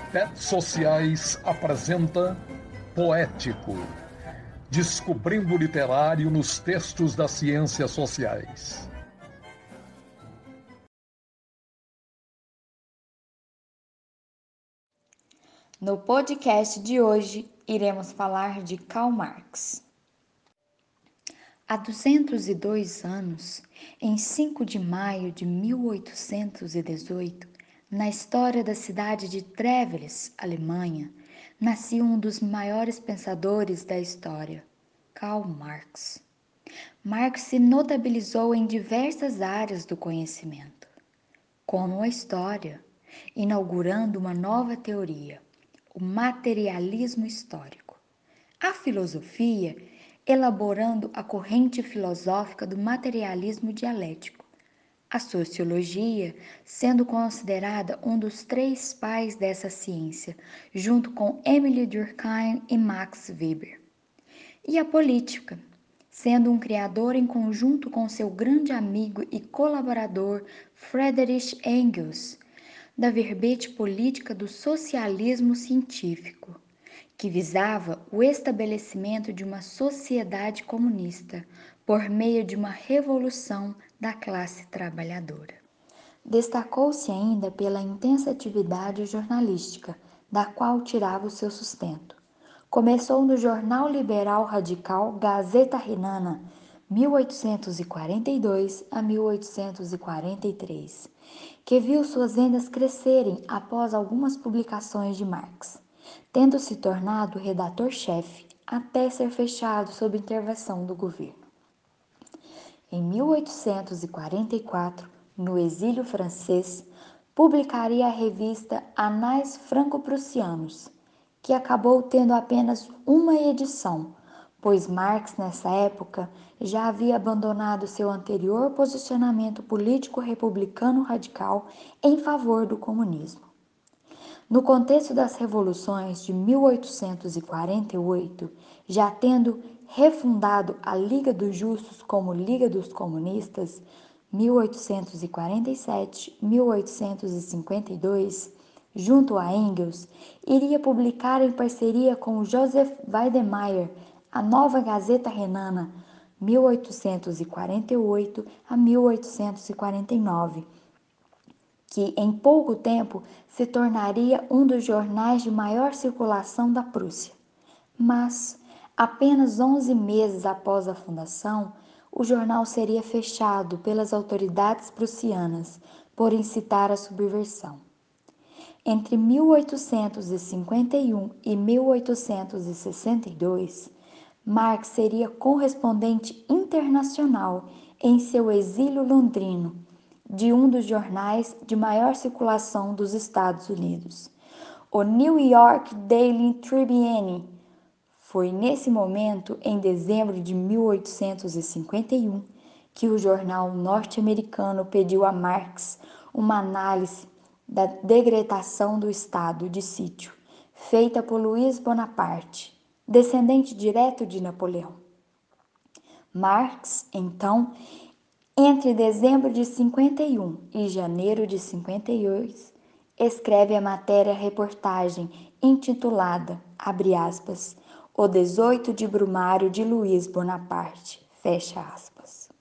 TED Sociais apresenta Poético, Descobrindo o Literário nos Textos das Ciências Sociais. No podcast de hoje, iremos falar de Karl Marx. Há 202 anos, em 5 de maio de 1818, na história da cidade de Trèveles, Alemanha, nascia um dos maiores pensadores da história, Karl Marx. Marx se notabilizou em diversas áreas do conhecimento, como a história, inaugurando uma nova teoria, o materialismo histórico. A filosofia, elaborando a corrente filosófica do materialismo dialético. A sociologia, sendo considerada um dos três pais dessa ciência, junto com Emile Durkheim e Max Weber. E a política, sendo um criador em conjunto com seu grande amigo e colaborador Friedrich Engels, da verbete política do socialismo científico, que visava o estabelecimento de uma sociedade comunista por meio de uma revolução da classe trabalhadora. Destacou-se ainda pela intensa atividade jornalística, da qual tirava o seu sustento. Começou no jornal liberal radical Gazeta Renana, 1842 a 1843, que viu suas vendas crescerem após algumas publicações de Marx, tendo se tornado redator-chefe até ser fechado sob intervenção do governo. Em 1844, no exílio francês, publicaria a revista Anais Franco-Prussianos, que acabou tendo apenas uma edição, pois Marx, nessa época, já havia abandonado seu anterior posicionamento político republicano radical em favor do comunismo. No contexto das revoluções de 1848, já tendo refundado a Liga dos Justos como Liga dos Comunistas, 1847-1852, junto a Engels, iria publicar em parceria com Joseph Weidemeyer a nova Gazeta Renana, 1848 a 1849, que em pouco tempo se tornaria um dos jornais de maior circulação da Prússia. Mas, apenas 11 meses após a fundação, o jornal seria fechado pelas autoridades prussianas por incitar a subversão. Entre 1851 e 1862, Marx seria correspondente internacional em seu exílio londrino de um dos jornais de maior circulação dos Estados Unidos, o New York Daily Tribune. Foi nesse momento, em dezembro de 1851, que o jornal norte-americano pediu a Marx uma análise da decretação do estado de sítio, feita por Luís Bonaparte, descendente direto de Napoleão. Marx, então, entre dezembro de 51 e janeiro de 52, escreve a matéria-reportagem intitulada, abre aspas, O 18 de Brumário de Luís Bonaparte, fecha aspas.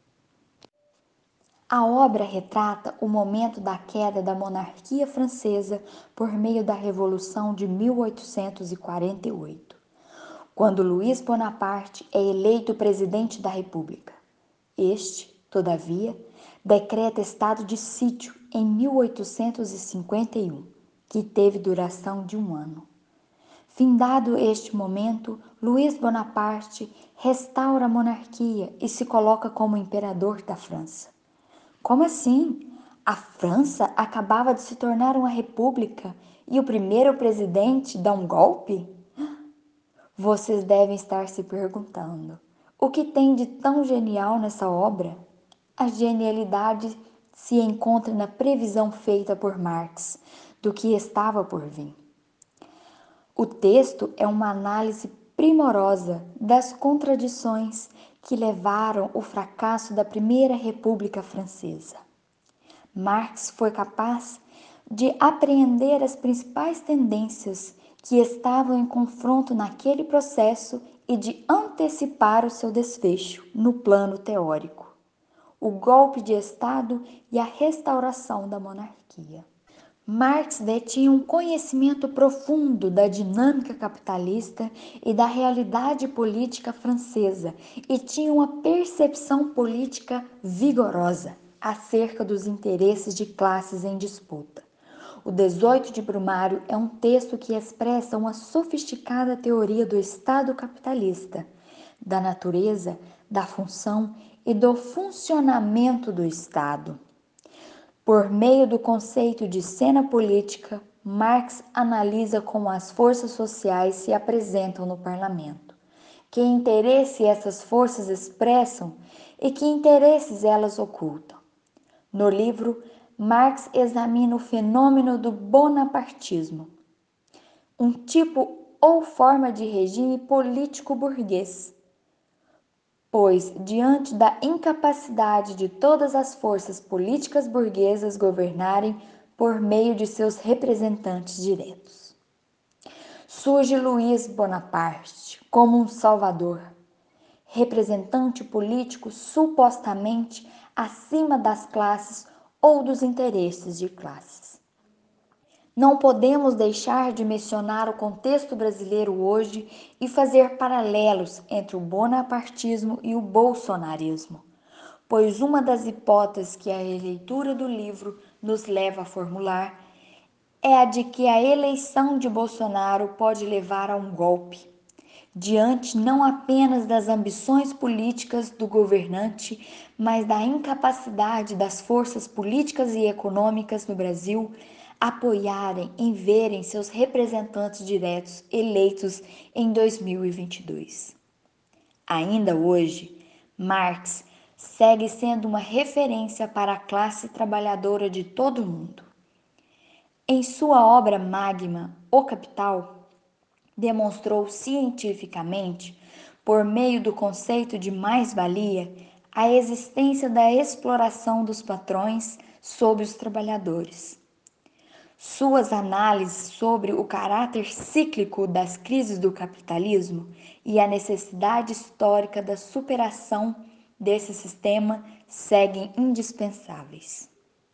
A obra retrata o momento da queda da monarquia francesa por meio da Revolução de 1848, quando Luís Bonaparte é eleito presidente da República. Este, todavia, decreta estado de sítio em 1851, que teve duração de 1 ano. Findado este momento, Luís Bonaparte restaura a monarquia e se coloca como imperador da França. Como assim? A França acabava de se tornar uma república e o primeiro presidente dá um golpe? Vocês devem estar se perguntando, o que tem de tão genial nessa obra? A genialidade se encontra na previsão feita por Marx do que estava por vir. O texto é uma análise primorosa das contradições que levaram ao fracasso da Primeira República Francesa. Marx foi capaz de apreender as principais tendências que estavam em confronto naquele processo e de antecipar o seu desfecho no plano teórico, o golpe de Estado e a restauração da monarquia. Marx detinha um conhecimento profundo da dinâmica capitalista e da realidade política francesa e tinha uma percepção política vigorosa acerca dos interesses de classes em disputa. O 18 de Brumário é um texto que expressa uma sofisticada teoria do Estado capitalista, da natureza, da função e do funcionamento do Estado. Por meio do conceito de cena política, Marx analisa como as forças sociais se apresentam no parlamento, que interesse essas forças expressam e que interesses elas ocultam. No livro, Marx examina o fenômeno do bonapartismo, um tipo ou forma de regime político burguês, pois, diante da incapacidade de todas as forças políticas burguesas governarem por meio de seus representantes diretos, surge Luís Bonaparte como um salvador, representante político supostamente acima das classes ou dos interesses de classes. Não podemos deixar de mencionar o contexto brasileiro hoje e fazer paralelos entre o bonapartismo e o bolsonarismo, pois uma das hipóteses que a leitura do livro nos leva a formular é a de que a eleição de Bolsonaro pode levar a um golpe, diante não apenas das ambições políticas do governante, mas da incapacidade das forças políticas e econômicas no Brasil apoiarem e verem seus representantes diretos eleitos em 2022. Ainda hoje, Marx segue sendo uma referência para a classe trabalhadora de todo o mundo. Em sua obra magna, O Capital, demonstrou cientificamente, por meio do conceito de mais-valia, a existência da exploração dos patrões sobre os trabalhadores. Suas análises sobre o caráter cíclico das crises do capitalismo e a necessidade histórica da superação desse sistema seguem indispensáveis.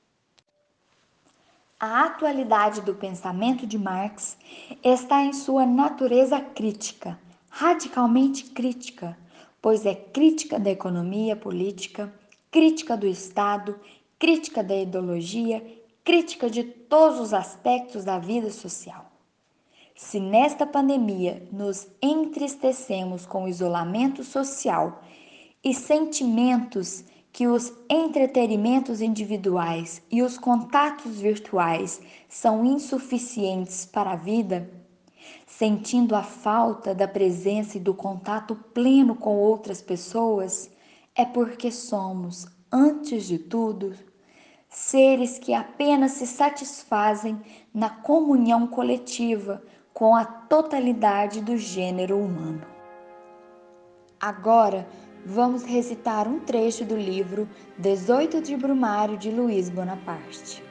A atualidade do pensamento de Marx está em sua natureza crítica, radicalmente crítica, pois é crítica da economia política, crítica do Estado, crítica da ideologia, crítica de todos os aspectos da vida social. Se nesta pandemia nos entristecemos com o isolamento social e sentimentos que os entretenimentos individuais e os contatos virtuais são insuficientes para a vida, sentindo a falta da presença e do contato pleno com outras pessoas, é porque somos, antes de tudo, seres que apenas se satisfazem na comunhão coletiva com a totalidade do gênero humano. Agora, vamos recitar um trecho do livro 18 de Brumário, de Luís Bonaparte.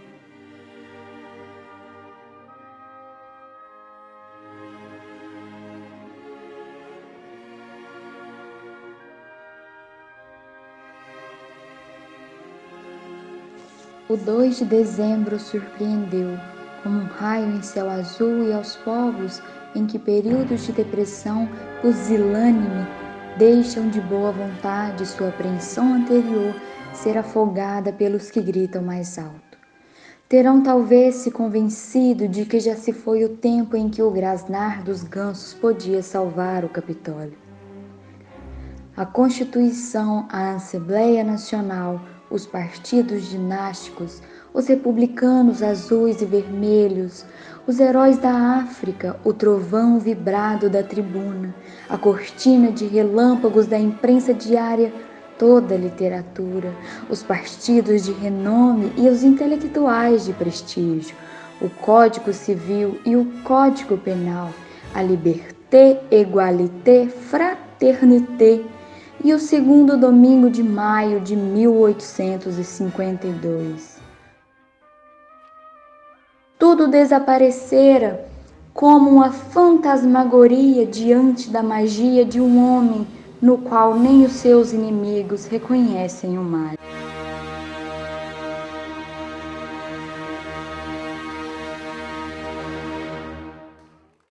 O 2 de dezembro surpreendeu, como um raio em céu azul, e aos povos em que períodos de depressão pusilânime deixam de boa vontade sua apreensão anterior ser afogada pelos que gritam mais alto. Terão talvez se convencido de que já se foi o tempo em que o grasnar dos gansos podia salvar o Capitólio. A Constituição, a Assembleia Nacional, os partidos dinásticos, os republicanos azuis e vermelhos, os heróis da África, o trovão vibrado da tribuna, a cortina de relâmpagos da imprensa diária, toda a literatura, os partidos de renome e os intelectuais de prestígio, o Código Civil e o Código Penal, a liberté, égalité, fraternité, e o segundo domingo de maio de 1852. tudo desaparecera como uma fantasmagoria diante da magia de um homem no qual nem os seus inimigos reconhecem o mal.